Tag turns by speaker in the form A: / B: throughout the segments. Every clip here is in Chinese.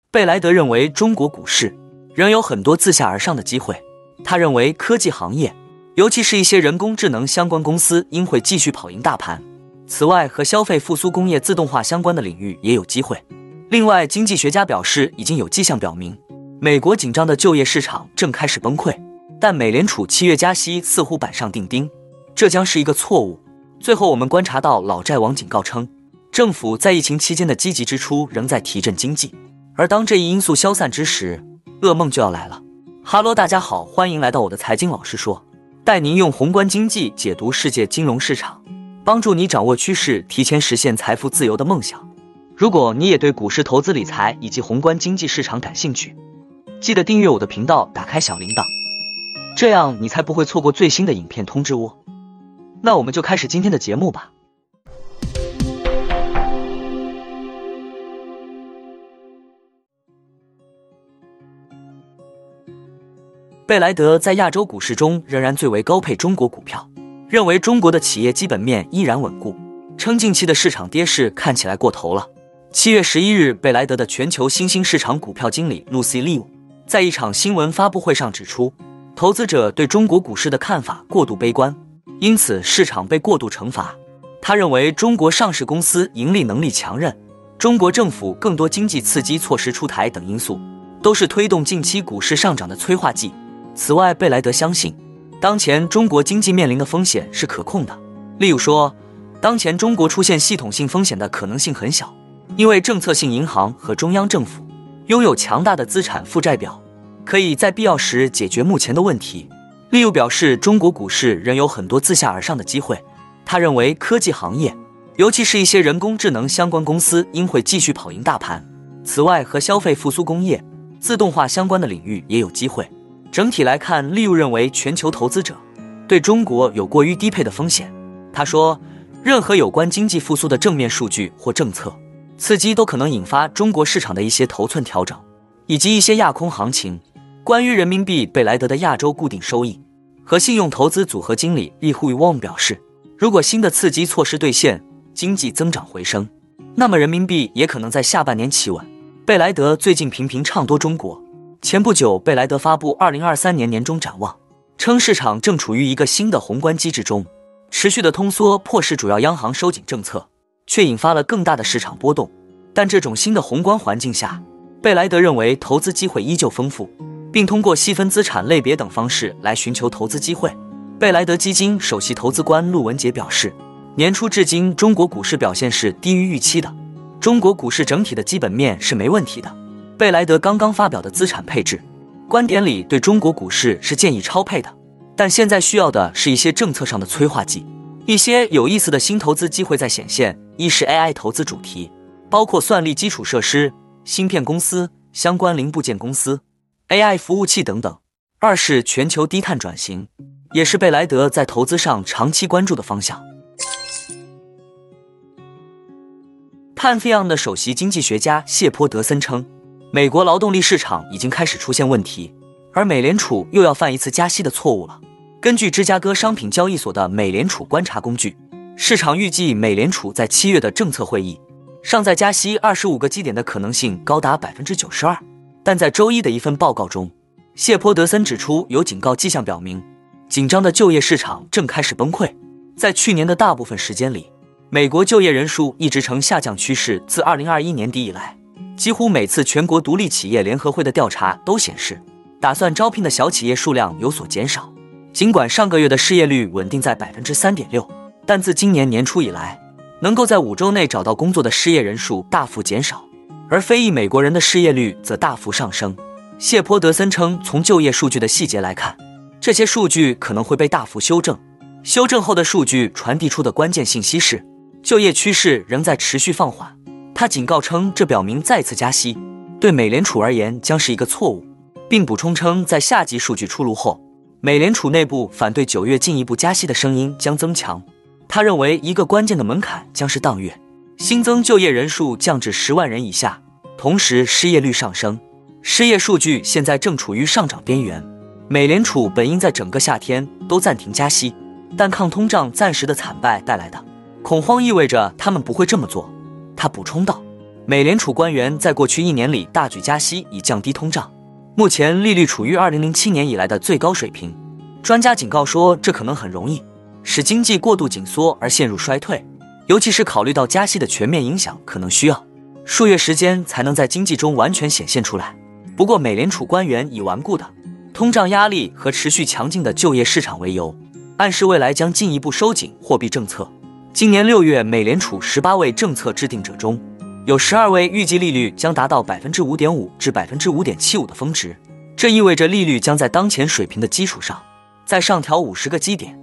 A: 贝莱德认为中国股市仍有很多自下而上的机会。他认为科技行业，尤其是一些人工智能相关公司应会继续跑赢大盘。此外，和消费复苏、工业自动化相关的领域也有机会。另外，经济学家表示，已经有迹象表明，美国紧张的就业市场正开始崩溃，但美联储7月加息似乎板上钉钉，这将是一个错误。最后，我们观察到老债王警告称，政府在疫情期间的积极支出仍在提振经济，而当这一因素消散之时，噩梦就要来了。哈喽，大家好，欢迎来到我的财经老师说，带您用宏观经济解读世界金融市场，帮助你掌握趋势，提前实现财富自由的梦想。如果你也对股市投资理财以及宏观经济市场感兴趣，记得订阅我的频道，打开小铃铛，这样你才不会错过最新的影片通知哦。那我们就开始今天的节目吧。贝莱德在亚洲股市中仍然最为高配中国股票，认为中国的企业基本面依然稳固，称近期的市场跌势看起来过头了。7月11日，贝莱德的全球新兴市场股票经理露西·利伍在一场新闻发布会上指出，投资者对中国股市的看法过度悲观，因此市场被过度惩罚。他认为中国上市公司盈利能力强韧，中国政府更多经济刺激措施出台等因素，都是推动近期股市上涨的催化剂。此外，贝莱德相信，当前中国经济面临的风险是可控的。例如说，当前中国出现系统性风险的可能性很小，因为政策性银行和中央政府拥有强大的资产负债表，可以在必要时解决目前的问题。利伍表示，中国股市仍有很多自下而上的机会。他认为科技行业，尤其是一些人工智能相关公司应会继续跑赢大盘。此外，和消费复苏、工业自动化相关的领域也有机会。整体来看，利伍认为全球投资者对中国有过于低配的风险。他说，任何有关经济复苏的正面数据或政策刺激都可能引发中国市场的一些头寸调整，以及一些轧空行情。关于人民币，贝莱德的亚洲固定收益和信用投资组合经理易户旺表示，如果新的刺激措施兑现，经济增长回升，那么人民币也可能在下半年企稳。贝莱德最近频频唱多中国。前不久，贝莱德发布2023年年中展望，称市场正处于一个新的宏观机制中，持续的通缩迫使主要央行收紧政策，却引发了更大的市场波动。但这种新的宏观环境下，贝莱德认为投资机会依旧丰富，并通过细分资产类别等方式来寻求投资机会。贝莱德基金首席投资官陆文杰表示，年初至今中国股市表现是低于预期的，中国股市整体的基本面是没问题的。贝莱德刚刚发表的资产配置观点里对中国股市是建议超配的，但现在需要的是一些政策上的催化剂。一些有意思的新投资机会在显现，一是 AI 投资主题，包括算力基础设施、芯片公司、相关零部件公司、AI 服务器等等；二是全球低碳转型，也是贝莱德在投资上长期关注的方向。潘菲昂的首席经济学家谢泼德森称，美国劳动力市场已经开始出现问题，而美联储又要犯一次加息的错误了。根据芝加哥商品交易所的美联储观察工具，市场预计美联储在7月的政策会议上再加息25个基点的可能性高达 92%。 但在周一的一份报告中，谢泼德森指出，有警告迹象表明，紧张的就业市场正开始崩溃。在去年的大部分时间里，美国就业人数一直呈下降趋势，自2021年底以来，几乎每次全国独立企业联合会的调查都显示，打算招聘的小企业数量有所减少。尽管上个月的失业率稳定在 3.6%， 但自今年年初以来，能够在5周内找到工作的失业人数大幅减少，而非裔美国人的失业率则大幅上升。谢泼德森称，从就业数据的细节来看，这些数据可能会被大幅修正。修正后的数据传递出的关键信息是，就业趋势仍在持续放缓。他警告称，这表明再次加息对美联储而言将是一个错误，并补充称，在下季数据出炉后，美联储内部反对9月进一步加息的声音将增强。他认为一个关键的门槛将是当月新增就业人数降至10万人以下，同时失业率上升。失业数据现在正处于上涨边缘。美联储本应在整个夏天都暂停加息，但抗通胀暂时的惨败带来的恐慌意味着他们不会这么做。他补充道， 美联储官员在过去1年里大举加息以降低通胀，目前利率处于2007年以来的最高水平。专家警告说，这可能很容易使经济过度紧缩而陷入衰退，尤其是考虑到加息的全面影响，可能需要数月时间才能在经济中完全显现出来。不过，美联储官员以顽固的通胀压力和持续强劲的就业市场为由，暗示未来将进一步收紧货币政策。今年6月，美联储18位政策制定者中，有12位预计利率将达到 5.5% 至 5.75% 的峰值，这意味着利率将在当前水平的基础上再上调50个基点。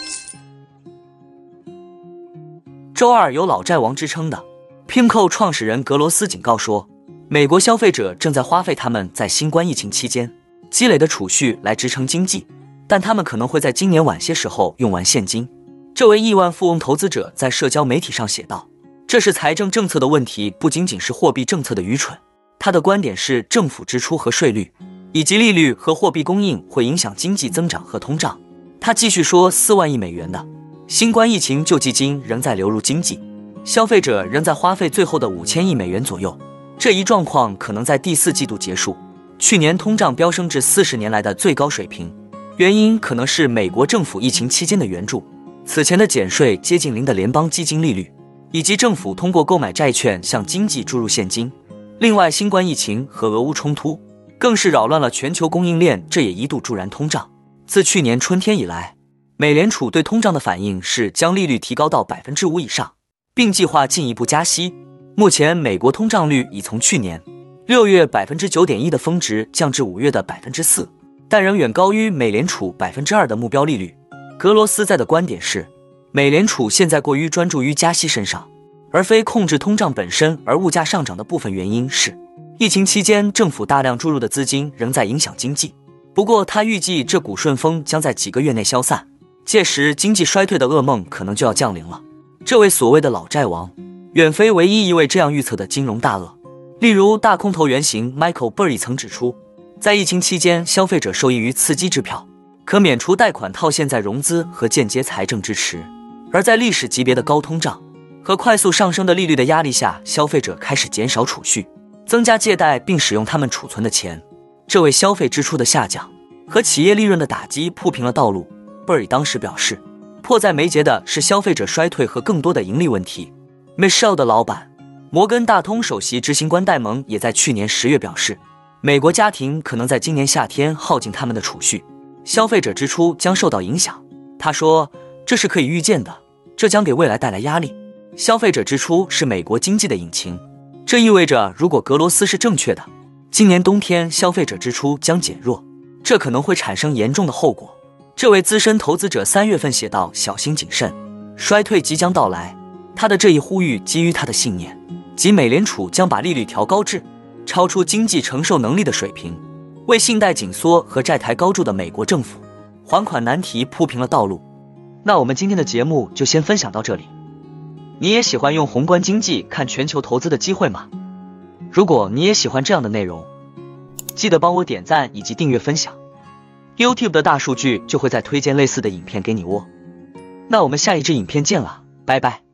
A: 周二，有老债王之称的 PIMCO 创始人格罗斯警告说，美国消费者正在花费他们在新冠疫情期间积累的储蓄来支撑经济，但他们可能会在今年晚些时候用完现金。这位亿万富翁投资者在社交媒体上写道，这是财政政策的问题，不仅仅是货币政策的愚蠢。他的观点是，政府支出和税率以及利率和货币供应会影响经济增长和通胀。他继续说，4万亿美元的新冠疫情救济金仍在流入经济，消费者仍在花费最后的5000亿美元左右。这一状况可能在第4季度结束。去年通胀飙升至40年来的最高水平，原因可能是美国政府疫情期间的援助，此前的减税接近0的联邦基金利率，以及政府通过购买债券向经济注入现金。另外，新冠疫情和俄乌冲突更是扰乱了全球供应链，这也一度助燃通胀。自去年春天以来，美联储对通胀的反应是将利率提高到 5% 以上，并计划进一步加息。目前美国通胀率已从去年6月 9.1% 的峰值降至5月的 4%， 但仍远高于美联储 2% 的目标利率。格罗斯在的观点是，美联储现在过于专注于加息身上，而非控制通胀本身，而物价上涨的部分原因是疫情期间政府大量注入的资金仍在影响经济。不过他预计这股顺风将在几个月内消散，届时经济衰退的噩梦可能就要降临了。这位所谓的老债王远非唯一一位这样预测的金融大鳄。例如，大空头原型 Michael Burry 曾指出，在疫情期间，消费者受益于刺激支票、可免除贷款套现再融资和间接财政支持，而在历史级别的高通胀和快速上升的利率的压力下，消费者开始减少储蓄，增加借贷并使用他们储存的钱。这为消费支出的下降和企业利润的打击铺平了道路。Burry 当时表示，迫在眉睫的是消费者衰退和更多的盈利问题。Michelle 的老板摩根大通首席执行官戴蒙也在去年10月表示，美国家庭可能在今年夏天耗尽他们的储蓄，消费者支出将受到影响。他说，这是可以预见的，这将给未来带来压力。消费者支出是美国经济的引擎，这意味着如果格罗斯是正确的，今年冬天消费者支出将减弱，这可能会产生严重的后果。这位资深投资者3月份写道，小心谨慎，衰退即将到来。他的这一呼吁基于他的信念，即美联储将把利率调高至超出经济承受能力的水平，为信贷紧缩和债台高筑的美国政府还款难题铺平了道路。那我们今天的节目就先分享到这里。你也喜欢用宏观经济看全球投资的机会吗？如果你也喜欢这样的内容，记得帮我点赞以及订阅分享， YouTube 的大数据就会再推荐类似的影片给你哦。那我们下一支影片见了，拜拜。